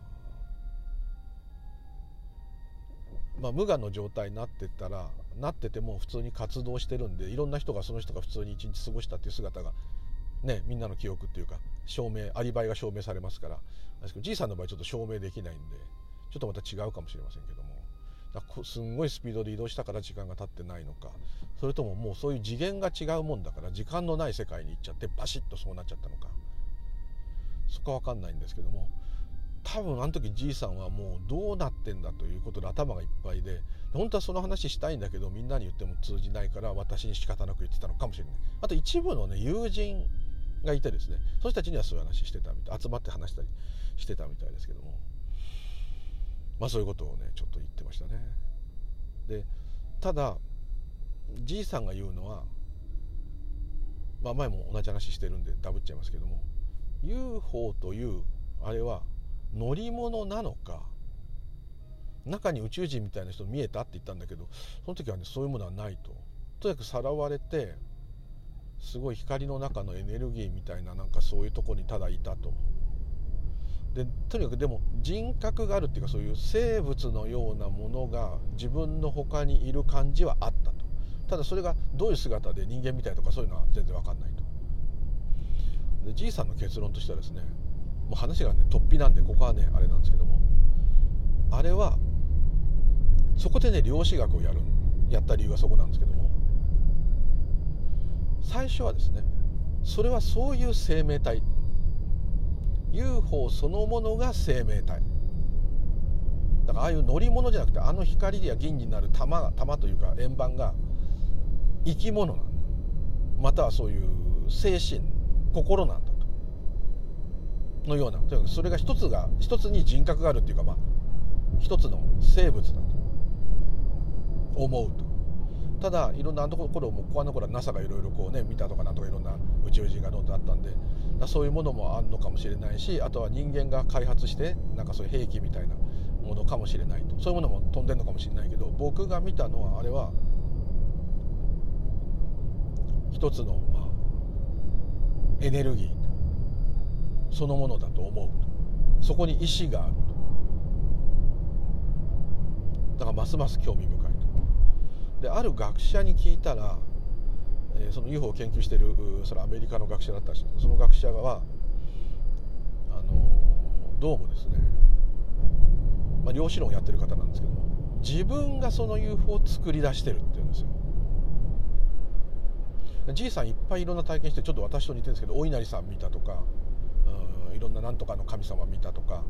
まあ、無我の状態になってたらなってても普通に活動してるんで、いろんな人がその人が普通に一日過ごしたっていう姿がね、みんなの記憶っていうか証明、アリバイが証明されますから、じいさんの場合ちょっと証明できないんでちょっとまた違うかもしれませんけども、だすんごいスピードで移動したから時間が経ってないのか、それとももうそういう次元が違うもんだから時間のない世界に行っちゃってバシッとそうなっちゃったのか、そこは分かんないんですけども、多分あの時じいさんはもうどうなってんだということで頭がいっぱいで、本当はその話したいんだけどみんなに言っても通じないから私に仕方なく言ってたのかもしれない。あと一部のね友人がいてですね、その人たちにはそういう話してたみたい、集まって話したりしてたみたいですけども、まあそういうことをねちょっと言ってましたね。でただじいさんが言うのは、まあ前も同じ話してるんでダブっちゃいますけども、 ユーフォー というあれは乗り物なのか、中に宇宙人みたいな人見えたって言ったんだけど、その時はねそういうものはないと。とにかくさらわれてすごい光の中のエネルギーみたいな、なんかそういうとこにただいたと。でとにかくでも人格があるっていうか、そういう生物のようなものが自分の他にいる感じはあったと。ただそれがどういう姿で人間みたいとかそういうのは全然わかんないと。でじいさんの結論としてはですね、もう話がね突飛なんでここはねあれなんですけども、あれはそこでね量子学をやるやった理由はそこなんですけども、最初はですねそれはそういう生命体、 ユーフォー そのものが生命体だから、ああいう乗り物じゃなくてあの光や銀になる玉玉というか円盤が生き物なんだ、またはそういう精神心なんだとのような、とにかくそれが一つが一つに人格があるっていうか、まあ一つの生物だと思うと。ただいろんなところもここの頃は ナサ がいろいろこうね見たとかなんとかいろんな宇宙人がどんどんあったんで、そういうものもあるのかもしれないし、あとは人間が開発してなんかそういう兵器みたいなものかもしれないと、そういうものも飛んでるのかもしれないけど、僕が見たのはあれは一つのまあエネルギーそのものだと思うと。そこに意志があると。だからますます興味深いと。である学者に聞いたら、えー、その ユーフォー を研究しているそれアメリカの学者だったらしい。その学者はあのー、どうもですね、まあ、量子論をやってる方なんですけども、自分がその ユーフォー を作り出してるって言うんですよ。じいさんいっぱいいろんな体験して、ちょっと私と似てるんですけど、お稲荷さん見たとか、いろんななんとかの神様見たとか、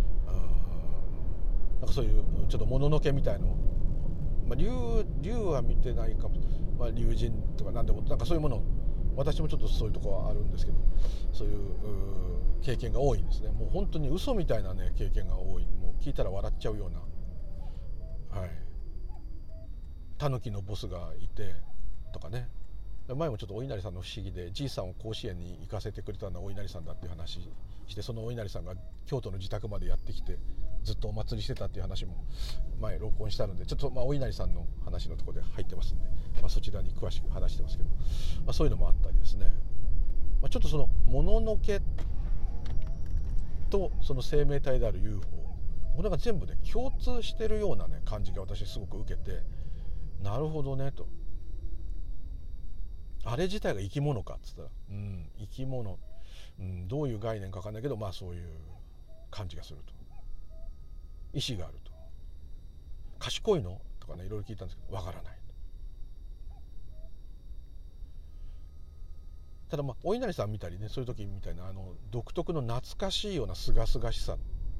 なんかそういうちょっともののけみたいの、まあ、竜, 竜は見てないかも、まあ、竜神とかなんでもなんかそういうもの、私もちょっとそういうところはあるんですけど、そういう経験が多いんですね。もう本当に嘘みたいなね経験が多い。もう聞いたら笑っちゃうような、はい、タヌキのボスがいてとかね。前もちょっとお稲荷さんの不思議で、じいさんを甲子園に行かせてくれたのはお稲荷さんだっていう話して、そのお稲荷さんが京都の自宅までやってきてずっとお祭りしてたっていう話も前録音したので、ちょっとまあお稲荷さんの話のところで入ってますんで、まあ、そちらに詳しく話してますけど、まあ、そういうのもあったりですね、まあ、ちょっとそのもののけとその生命体である ユーフォー、 これが全部ね共通してるようなね感じが私すごく受けて、なるほどねと。 あれ自体が生き物かっつったら、うん、生き物、うん、どういう概念か分かんないけど、まあそういう感じがすると。意志があると。賢いのとかね、いろいろ聞いたんですけど分からない。ただまあお稲荷さん見たりね、そういう時みたいなあの独特の懐かしいようなすがすがしさ、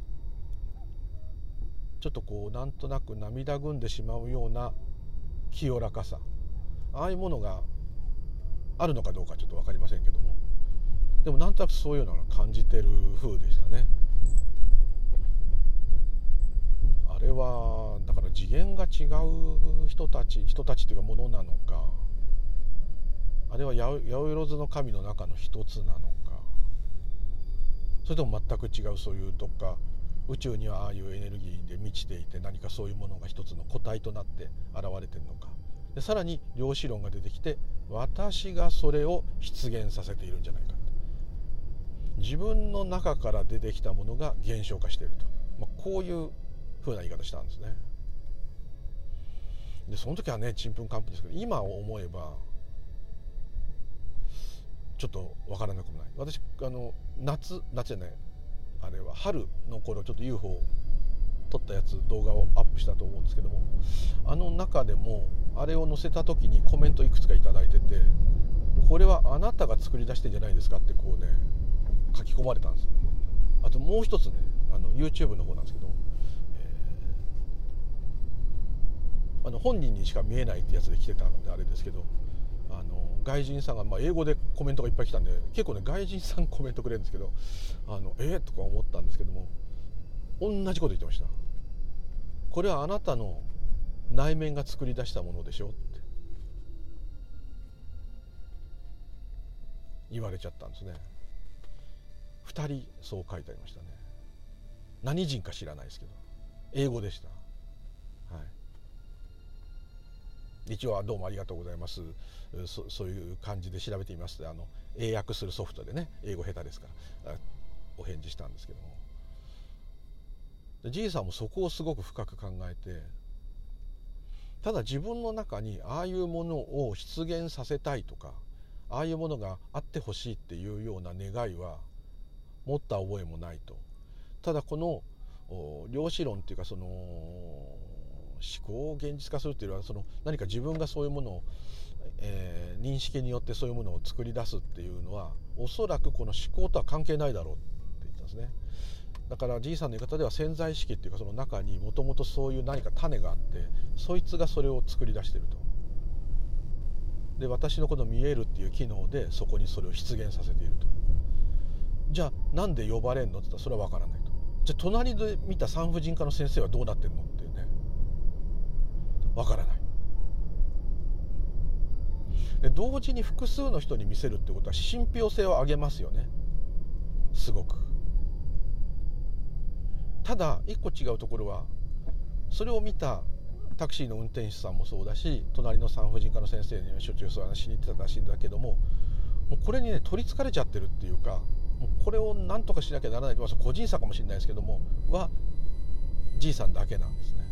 ちょっとこうなんとなく涙ぐんでしまうような清らかさ、ああいうものがあるのかどうかちょっと分かりませんけども、でもなんとなくそういうのが感じてる風でしたね。あれはだから次元が違う人たち人たちというかものなのか、あれは八百万の神の中の一つなのか、それとも全く違うそういうどっか宇宙にはああいうエネルギーで満ちていて、何かそういうものが一つの個体となって現れてるのか。でさらに量子論が出てきて、私がそれを出現させているんじゃないか、自分の中から出てきたものが現象化していると、まあ、こういうふうな言い方したんですね。でその時はねちんぷんかんぷんですけど、今思えばちょっとわからなくもない。私あの夏夏じゃないあれは春の頃ちょっと ユーフォー 撮ったやつ動画をアップしたと思うんですけども、あの中でもあれを載せた時にコメントいくつかいただいてて、これはあなたが作り出してんじゃないですかってこうね書き込まれたんです。あともう一つね、あの YouTube の方なんですけど、えー、あの本人にしか見えないってやつで来てたんであれですけど、あの外人さんが、まあ、英語でコメントがいっぱい来たんで結構ね外人さんコメントくれるんですけど、あのえー、とか思ったんですけども、同じこと言ってました。これはあなたの内面が作り出したものでしょって言われちゃったんですね。ふたりそう書いてありましたね。何人か知らないですけど英語でした。はい、一応はどうもありがとうございます、 そ, そういう感じで調べてみますと、あの英訳するソフトでね、英語下手ですからお返事したんですけども、じいさんもそこをすごく深く考えて、ただ自分の中にああいうものを出現させたいとか、ああいうものがあってほしいっていうような願いは持った覚えもないと。ただこの量子論っていうか、その思考を現実化するっていうのは、その何か自分がそういうものを、えー、認識によってそういうものを作り出すっていうのは、おそらくこの思考とは関係ないだろうって言ったんですね。だからじいさんの言い方では潜在意識っていうか、その中にもともとそういう何か種があって、そいつがそれを作り出していると。で私のこと見えるっていう機能でそこにそれを出現させていると。じゃあなんで呼ばれんのって言ったらそれは分からないと。じゃあ隣で見た産婦人科の先生はどうなってんのっていうね、分からない。で同時に複数の人に見せるってことは信憑性を上げますよね、すごく。ただ一個違うところは、それを見たタクシーの運転手さんもそうだし、隣の産婦人科の先生にはしょっちゅうそういう話しに行ってたらしいんだけども、もうこれにね取りつかれちゃってるっていうか、もうこれを何とかしなきゃならない、まあ、個人差かもしれないですけどもはじいさんだけなんですね。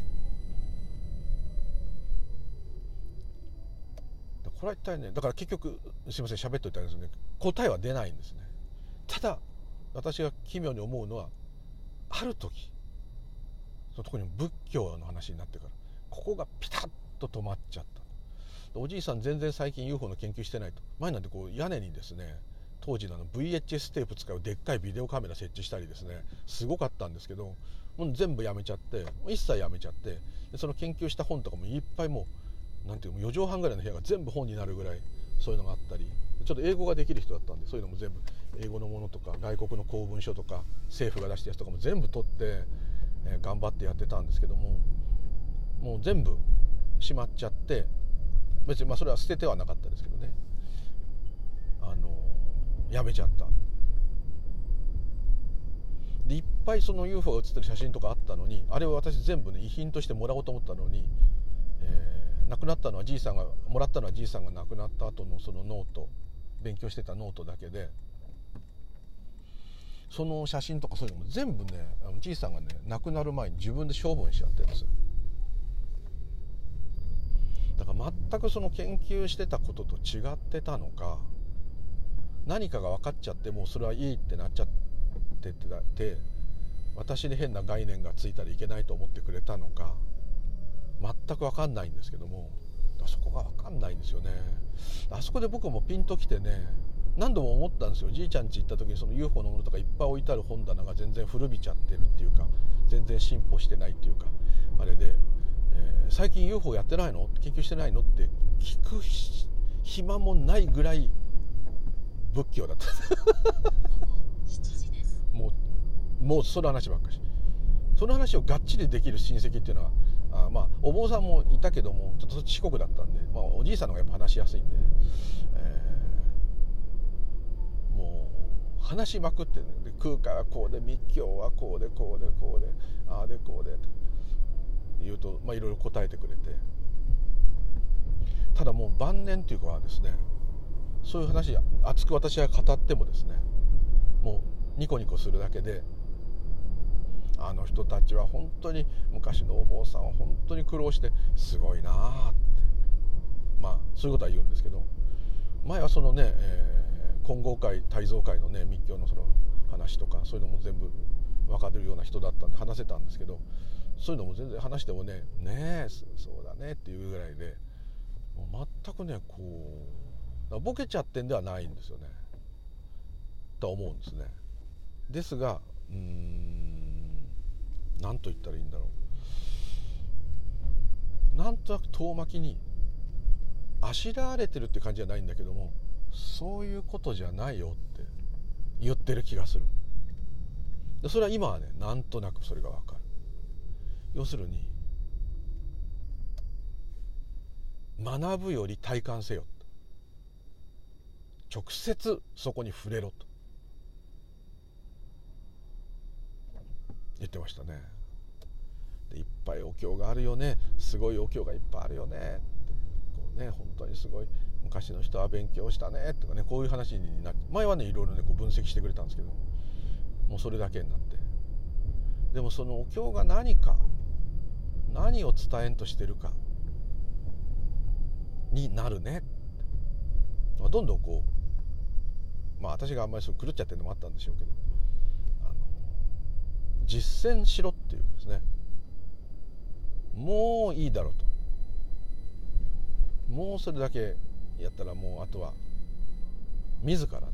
これは一体ね、だから結局すいません喋っといたんですね、答えは出ないんですね。ただ私が奇妙に思うのは、ある時その特に仏教の話になってからここがピタッと止まっちゃった。おじいさん全然最近 ユーフォー の研究してないと。前なんてこう屋根にですね、当時のあの ブイエイチエス テープ使うでっかいビデオカメラ設置したりですね、すごかったんですけど、もう全部やめちゃって、一切やめちゃって、でその研究した本とかもいっぱい、もうなんていうのよじはんぐらいの部屋が全部本になるぐらいそういうのがあったり、ちょっと英語ができる人だったんで、そういうのも全部英語のものとか外国の公文書とか政府が出したやつとかも全部取って、えー、頑張ってやってたんですけども、もう全部しまっちゃって、別にまあそれは捨ててはなかったですけどね、あのやめちゃった。でいっぱいその ユーフォー が写ってる写真とかあったのに、あれを私全部ね遺品としてもらおうと思ったのに、えー、亡くなったのはじいさんがもらったのはじいさんが亡くなった後のそのノート、勉強してたノートだけで、その写真とかそういうのも全部ね、あのじいさんがね亡くなる前に自分で処分しちゃってるんですよ。だから全くその研究してたことと違ってたのか、何かが分かっちゃってもうそれはいいってなっちゃってて、私に変な概念がついたらいけないと思ってくれたのか全く分かんないんですけども、そこが分かんないんですよね。あそこで僕もピンときてね、何度も思ったんですよ。じいちゃん家行った時にその ユーフォー のものとかいっぱい置いてある本棚が全然古びちゃってるっていうか、全然進歩してないっていうか、あれで、えー、最近 ユーフォー やってないの、研究してないのって聞く暇もないぐらい仏教だったもうもうその話ばっかり、その話をがっちりできる親戚っていうのは、あまあお坊さんもいたけどもちょっと四国だったんで、まあ、おじいさんの方がやっぱ話しやすいんで、えー、もう話しまくって、ね、で空海はこうで密教はこうでこうでこうでああでこうでと言うと、まあ、いろいろ答えてくれて、ただもう晩年というかはですね、そういう話熱く私は語ってもですね、もうニコニコするだけで、あの人たちは本当に昔のお坊さんは本当に苦労してすごいなあって、まあそういうことは言うんですけど、前はそのね、えー、金剛会大蔵会のね密教のその話とかそういうのも全部分かるような人だったんで話せたんですけど、そういうのも全然話してもね、ねえそうだねっていうぐらいで、もう全くねこうボケちゃってんではないんですよねと思うんですね。ですが、うーん何と言ったらいいんだろう、なんとなく遠巻きにあしらわれてるって感じじゃないんだけども、そういうことじゃないよって言ってる気がする。それは今はねなんとなくそれが分かる。要するに学ぶより体感せよ、直接そこに触れろと言ってましたね。でいっぱいお経があるよね、すごいお経がいっぱいあるよねってこうね、本当にすごい昔の人は勉強したねとかね、こういう話になって、前はねいろいろねこう分析してくれたんですけど、もうそれだけになって、でもそのお経が何か何を伝えんとしてるかになるね。どんどんこう、まあ私があんまりそう狂っちゃってるのもあったんでしょうけど、あの実践しろっていうですね、もういいだろうと、もうそれだけやったらもうあとは自らね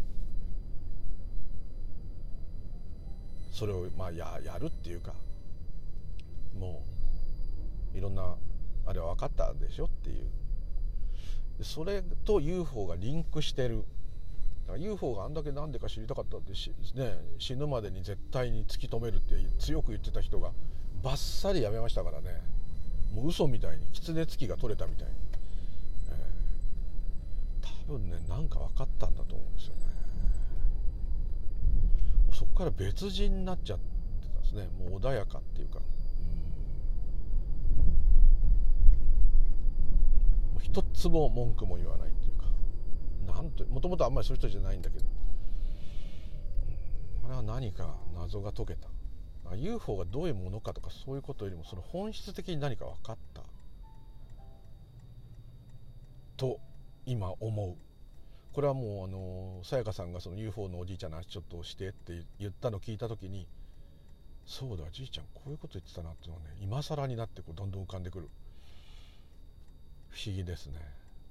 それをまあ や, やるっていうか、もういろんなあれは分かったでしょっていう、それと ユーフォー がリンクしてる。だから ユーフォー があんだけなんでか知りたかったってし、ね、死ぬまでに絶対に突き止めるって強く言ってた人がバッサリやめましたからね。もう嘘みたいに狐つきが取れたみたいに、えー、多分ねなんか分かったんだと思うんですよね。そこから別人になっちゃってたんですね。もう穏やかっていうか、うん、一つも文句も言わないっていうか、なんともともとあんまりそういう人じゃないんだけど、これは何か謎が解けた。 ユーフォー がどういうものかとかそういうことよりも、その本質的に何か分かったと今思う。これはもうあのさやかさんがその ユーフォー のおじいちゃんの話ちょっとしてって言ったのを聞いた時に、そうだじいちゃんこういうこと言ってたなっていうのはね、今更になってこうどんどん浮かんでくる。不思議ですね。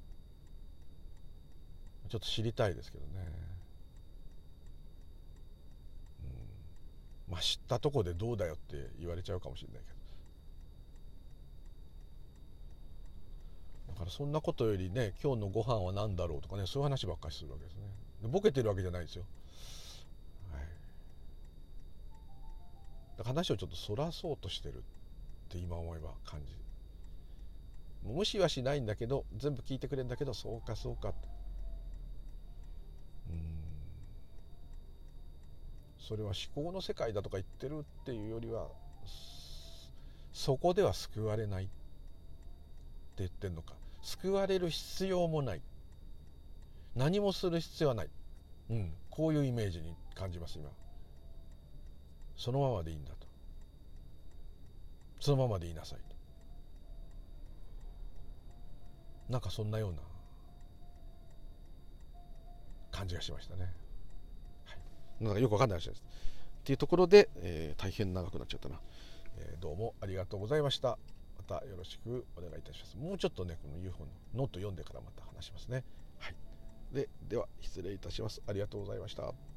ちょっと知りたいですけどね、うん、まあ知ったとこでどうだよって言われちゃうかもしれないけど、だからそんなことよりね、今日のご飯は何だろうとかね、そういう話ばっかりするわけですね。でボケてるわけじゃないですよ、はい、だから話をちょっとそらそうとしてるって今思えば感じ、無視はしないんだけど全部聞いてくれるんだけど、そうかそうかって、うん、それは思考の世界だとか言ってるっていうよりは、そこでは救われないって言ってんのか、救われる必要もない、何もする必要はない、うん、こういうイメージに感じます今。そのままでいいんだと、そのままでいいなさいと、 なんかそんなような感じがしましたね。はい、なんかよくわかんない話ですっていうところで、えー、大変長くなっちゃったな、えー、どうもありがとうございました。またよろしくお願いいたします。もうちょっとねこの ユーフォー のノート読んでからまた話しますね。はい、ででは失礼いたします。ありがとうございました。